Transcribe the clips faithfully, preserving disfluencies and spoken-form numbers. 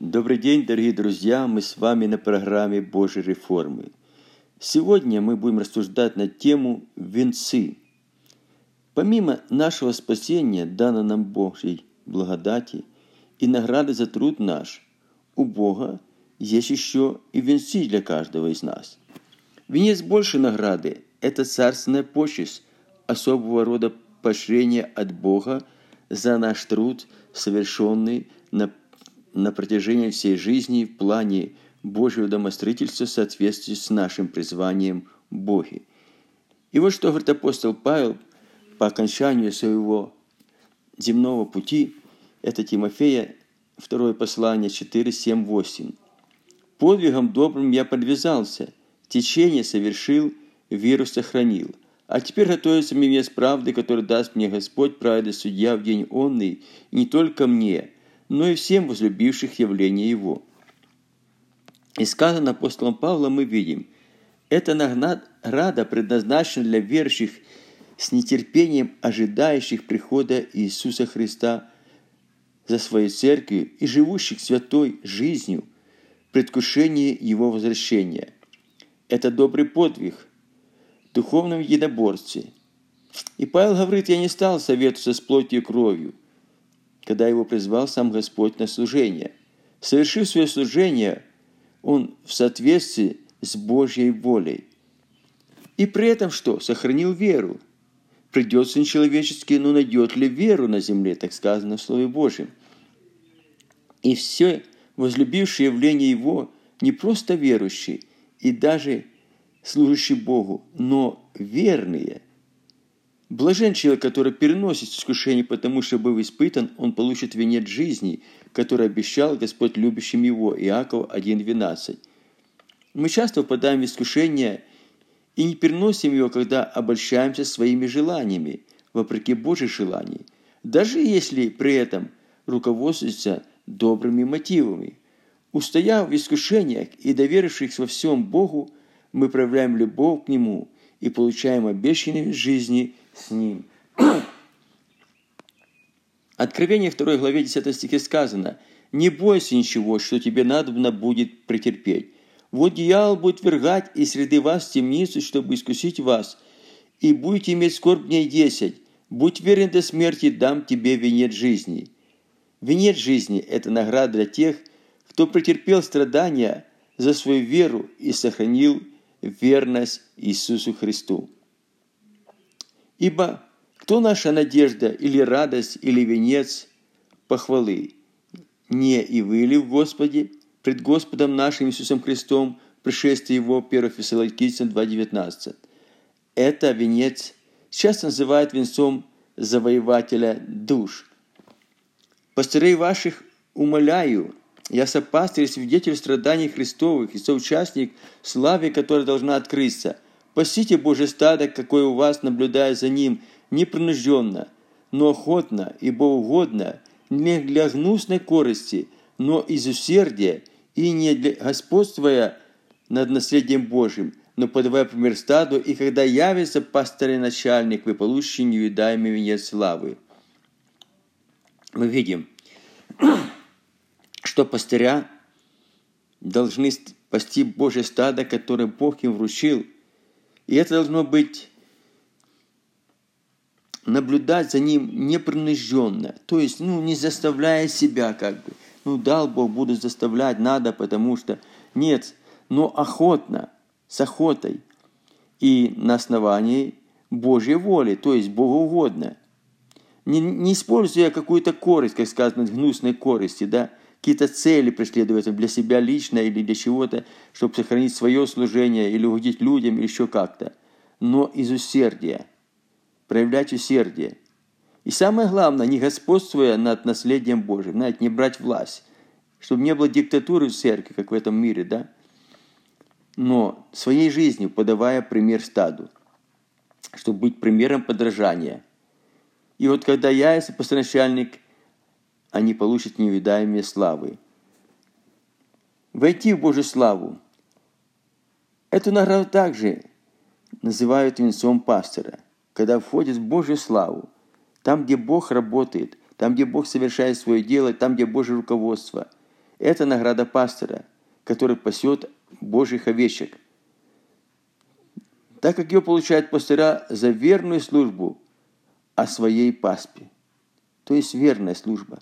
Добрый день, дорогие друзья! Мы с вами на программе Божьей реформы. Сегодня мы будем рассуждать на тему «Венцы». Помимо нашего спасения, дано нам Божьей благодати и награды за труд наш, у Бога есть еще и венцы для каждого из нас. Венец большей награды – это царственная почесть, особого рода поощрение от Бога за наш труд, совершенный на на протяжении всей жизни в плане Божьего домостроительства в соответствии с нашим призванием в Боге. И вот что говорит апостол Павел по окончанию своего земного пути, это Тимофея, второе послание, четыре, семь, восемь. «Подвигом добрым я подвязался, течение совершил, веру сохранил. А теперь готовится мне венец правды, который даст мне Господь, праведный судья, в день онный, и не только мне, но и всем возлюбивших явление Его». И сказано апостолом Павлом мы видим, эта награда предназначена для верующих с нетерпением ожидающих прихода Иисуса Христа за своей церковью и живущих святой жизнью в предвкушении Его возвращения. Это добрый подвиг в духовном единоборстве. И Павел говорит, я не стал советоваться с плотью и кровью, когда его призвал сам Господь на служение. Совершив свое служение, он в соответствии с Божьей волей. И при этом что? Сохранил веру. Придет Сын Человеческий, но найдет ли веру на земле, так сказано в Слове Божьем. И все возлюбившие явление Его не просто верующие и даже служащие Богу, но верные. Блажен человек, который переносит искушение, потому что, быв испытан, он получит венец жизни, который обещал Господь любящим его. Иаков один двенадцать. Мы часто впадаем в искушение и не переносим его, когда обольщаемся своими желаниями, вопреки Божьих желаний, даже если при этом руководствуемся добрыми мотивами. Устояв в искушениях и доверившись во всем Богу, мы проявляем любовь к Нему и получаем обещанные жизни с Ним. Откровение второй главе десятом стихе сказано: «Не бойся ничего, что тебе надобно будет претерпеть. Вот дьявол будет ввергать из среды вас в темницу, чтобы искусить вас, и будете иметь скорбь дней десять. Будь верен до смерти, дам тебе венец жизни». Венец жизни – это награда для тех, кто претерпел страдания за свою веру и сохранил верность Иисусу Христу. Ибо кто наша надежда или радость, или венец похвалы? Не и вы ли в Господе, пред Господом нашим Иисусом Христом, пришествие Его, первое Фессалоникийцам два девятнадцать. Это венец часто называют венцом завоевателя душ. Пастырей ваших умоляю, я сопастырь, свидетель страданий Христовых и соучастник славе, которая должна открыться. Пасите Божье стадо, какое у вас, наблюдая за ним, непринужденно, но охотно и богоугодно, не для гнусной корысти, но из усердия, и не для господствуя над наследием Божьим, но подавая пример стаду, и когда явится пастырь начальник, вы получите невидаемый венец славы. Мы видим, что пастыря должны пасти Божье стадо, которое Бог им вручил. И это должно быть наблюдать за ним непринужденно, то есть, ну, не заставляя себя, как бы, ну, дал Бог, буду заставлять, надо, потому что, нет, но охотно, с охотой и на основании Божьей воли, то есть богоугодно. Не, не используя какую-то корость, как сказано, гнусной корости, да, какие-то цели преследуются для себя лично или для чего-то, чтобы сохранить свое служение или угодить людям, или еще как-то. Но из усердия. Проявлять усердие. И самое главное, не господствуя над наследием Божьим, знаете, не брать власть, чтобы не было диктатуры в церкви, как в этом мире, да, но своей жизнью подавая пример стаду, чтобы быть примером подражания. И вот когда я, если пастырь-начальник, они получат невидаемые славы. Войти в Божью славу. Эту награду также называют венцом пастора, когда входит в Божью славу, там, где Бог работает, там, где Бог совершает свое дело, там, где Божье руководство. Это награда пастора, который пасет Божьих овечек, так как ее получают пастыря за верную службу о своей паспе. То есть верная служба.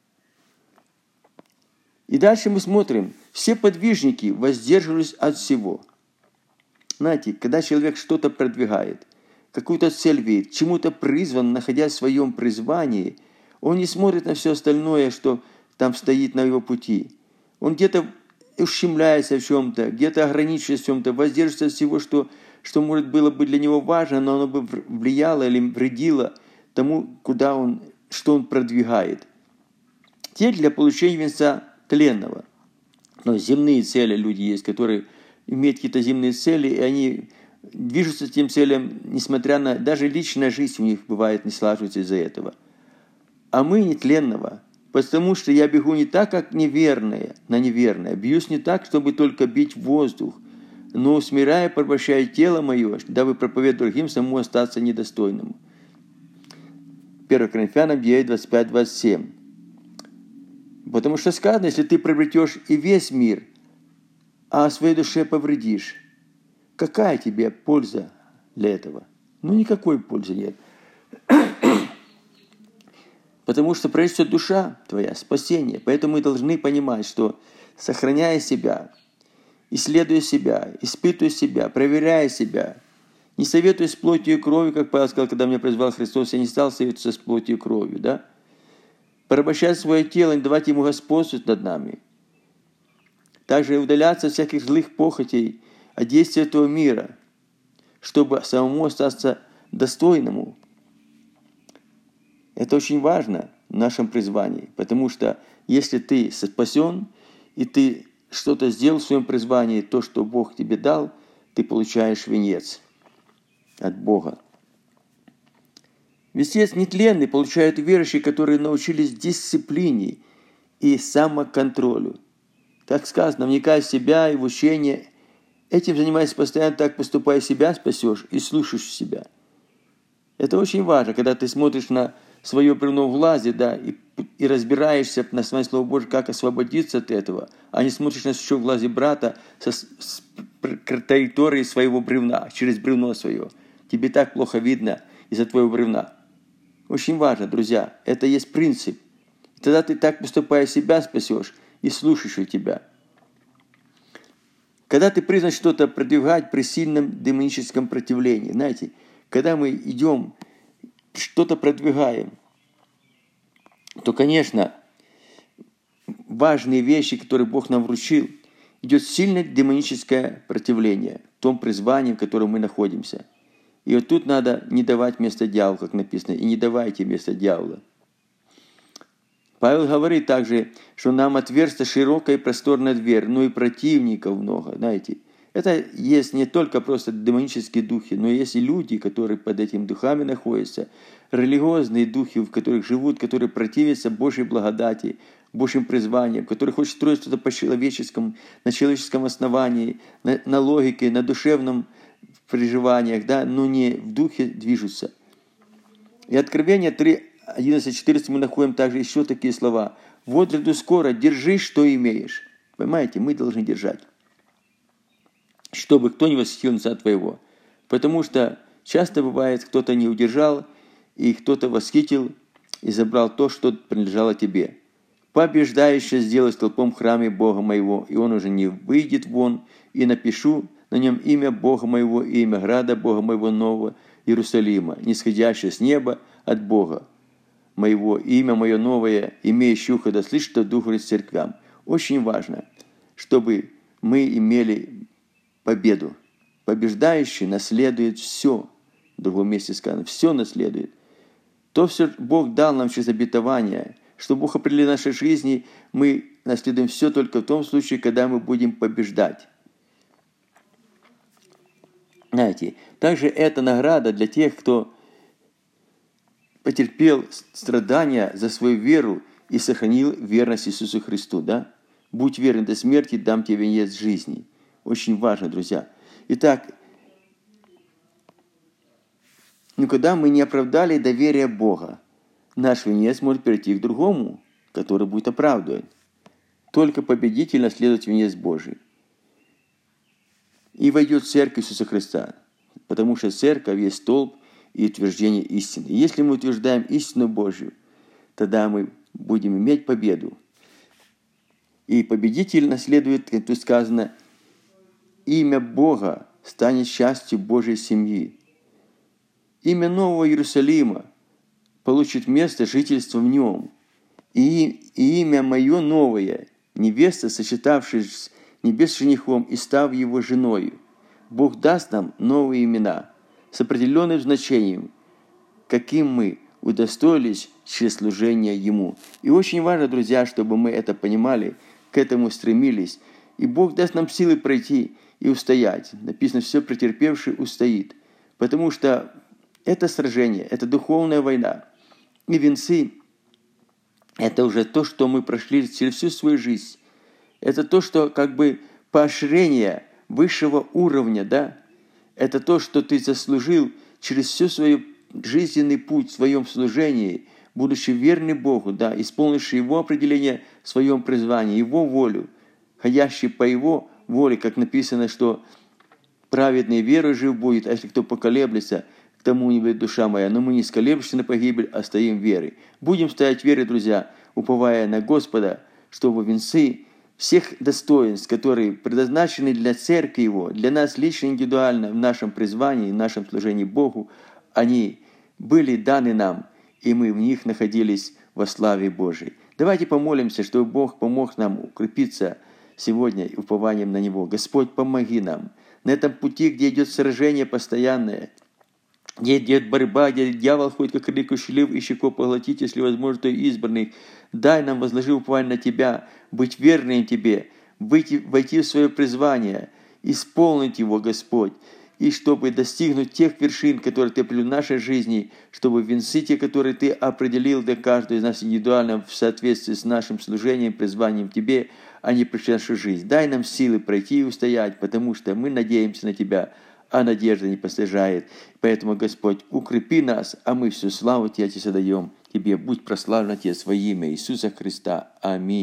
И дальше мы смотрим. Все подвижники воздерживались от всего. Знаете, когда человек что-то продвигает, какую-то цель видит, чему-то призван, находясь в своем призвании, он не смотрит на все остальное, что там стоит на его пути. Он где-то ущемляется в чем-то, где-то ограничивается в чем-то, воздерживается от всего, что, что, может, было бы для него важно, но оно бы влияло или вредило тому, куда он, что он продвигает. Цель для получения венца тленного. Но земные цели люди есть, которые имеют какие-то земные цели, и они движутся к тем целям, несмотря на... Даже личная жизнь у них бывает не слаживается из-за этого. А мы не тленного, потому что я бегу не так, как неверные, на неверное. Бьюсь не так, чтобы только бить воздух, но, усмиряя, порабощая тело мое, дабы проповедовать другим, самому остаться недостойному. первое Коринфянам девять, двадцать пять, двадцать семь. Потому что сказано, если ты приобретешь и весь мир, а своей душе повредишь, какая тебе польза для этого? Ну, никакой пользы нет. Потому что прежде всего душа твоя, спасение. Поэтому мы должны понимать, что сохраняя себя, исследуя себя, испытывая себя, проверяя себя, не советуясь с плотью и кровью, как Павел сказал, когда меня призвал Христос, я не стал советоваться с плотью и кровью, да? Порабощать свое тело, не давать ему господствовать над нами. Также удаляться от всяких злых похотей, от действия этого мира, чтобы самому остаться достойному. Это очень важно в нашем призвании, потому что если ты спасен, и ты что-то сделал в своем призвании, то, что Бог тебе дал, ты получаешь венец от Бога. Венец нетленный получают верующие, которые научились дисциплине и самоконтролю. Как сказано, вникай в себя и в учение. Этим занимайся постоянно, так поступая, себя спасешь и слушаешь себя. Это очень важно, когда ты смотришь на свое бревно в глазе, да, и, и разбираешься на своем Слово Божье, как освободиться от этого, а не смотришь на сучок в глазе брата со, с траектории своего бревна, через бревно свое. Тебе так плохо видно из-за твоего бревна. Очень важно, друзья, это есть принцип. Тогда ты так поступая, себя спасешь и слушаешь тебя. Когда ты призван что-то продвигать при сильном демоническом противлении, знаете, когда мы идем, что-то продвигаем, то, конечно, важные вещи, которые Бог нам вручил, идет сильное демоническое противление в том призвании, в котором мы находимся. И вот тут надо не давать место дьяволу, как написано, и не давайте место дьявола. Павел говорит также, что нам отверста широкая и просторная дверь, но и противников много, знаете. Это есть не только просто демонические духи, но есть и люди, которые под этими духами находятся, религиозные духи, в которых живут, которые противятся Божьей благодати, Божьим призваниям, которые хотят строить что-то по-человеческому, на человеческом основании, на, на логике, на душевном переживаниях, да, но не в духе движутся. И Откровение три, одиннадцать, четырнадцать мы находим также еще такие слова. «Вот приду скоро, держи, что имеешь». Понимаете, мы должны держать, чтобы кто не восхитился от твоего. Потому что часто бывает, кто-то не удержал, и кто-то восхитил и забрал то, что принадлежало тебе. «Побеждающий сделаю столпом в храме Бога моего, и он уже не выйдет вон, и напишу на нем имя Бога моего и имя града Бога моего нового Иерусалима, нисходящее с неба от Бога моего, имя мое новое, имеющее ухо да слышит, да дух говорит церквям». Очень важно, чтобы мы имели победу. Побеждающий наследует все. В другом месте сказано, все наследует. То все Бог дал нам через обетование, что Бог определил в нашей жизни, мы наследуем все только в том случае, когда мы будем побеждать. Знаете, также это награда для тех, кто потерпел страдания за свою веру и сохранил верность Иисусу Христу. Да? Будь верен до смерти, дам тебе венец жизни. Очень важно, друзья. Итак, но когда мы не оправдали доверие Бога, наш венец может перейти к другому, который будет оправдывать. только победитель наследует венец Божий. И войдет в церковь Иисуса Христа, потому что церковь есть столб и утверждение истины. И если мы утверждаем истину Божию, тогда мы будем иметь победу. И победитель наследует, как тут сказано, имя Бога станет частью Божьей семьи. Имя Нового Иерусалима получит место жительства в нем. И, и имя мое новое, невеста, сочетавшись с небес женихом и став его женою. Бог даст нам новые имена с определенным значением, каким мы удостоились через служение Ему. И очень важно, друзья, чтобы мы это понимали, к этому стремились. И Бог даст нам силы пройти и устоять. Написано, все претерпевший устоит. Потому что это сражение, это духовная война. И венцы – это уже то, что мы прошли через всю свою жизнь. Это то, что как бы поощрение высшего уровня, да? Это то, что ты заслужил через всю свою жизненный путь в своем служении, будучи верным Богу, да, исполнивший Его определение в своем призвании, Его волю, ходящий по Его воле, как написано, что праведный верой жив будет, а если кто поколеблется, к тому не будет душа моя. Но мы не сколеблемся на погибель, а стоим верой. Будем стоять верой, друзья, уповая на Господа, чтобы венцы всех достоинств, которые предназначены для церкви Его, для нас лично, индивидуально, в нашем призвании, в нашем служении Богу, они были даны нам, и мы в них находились во славе Божией. Давайте помолимся, чтобы Бог помог нам укрепиться сегодня упованием на Него. Господь, помоги нам на этом пути, где идет сражение постоянное, где идет борьба, где дьявол ходит, как рыкающий лев, ищет кого поглотить, если возможно, то и избранных. Дай нам, возложи упование на Тебя, быть верным Тебе, выйти, войти в свое призвание, исполнить его, Господь, и чтобы достигнуть тех вершин, которые Ты определил в нашей жизни, чтобы венцы те, которые Ты определил для каждого из нас индивидуально в соответствии с нашим служением, призванием Тебе, они пришли в нашу жизнь. Дай нам силы пройти и устоять, потому что мы надеемся на Тебя, а надежда не постыжает. Поэтому, Господь, укрепи нас, а мы всю славу Тебе, Отец, отдаем Тебе. Будь прославлен, Отец, во имя Иисуса Христа. Аминь.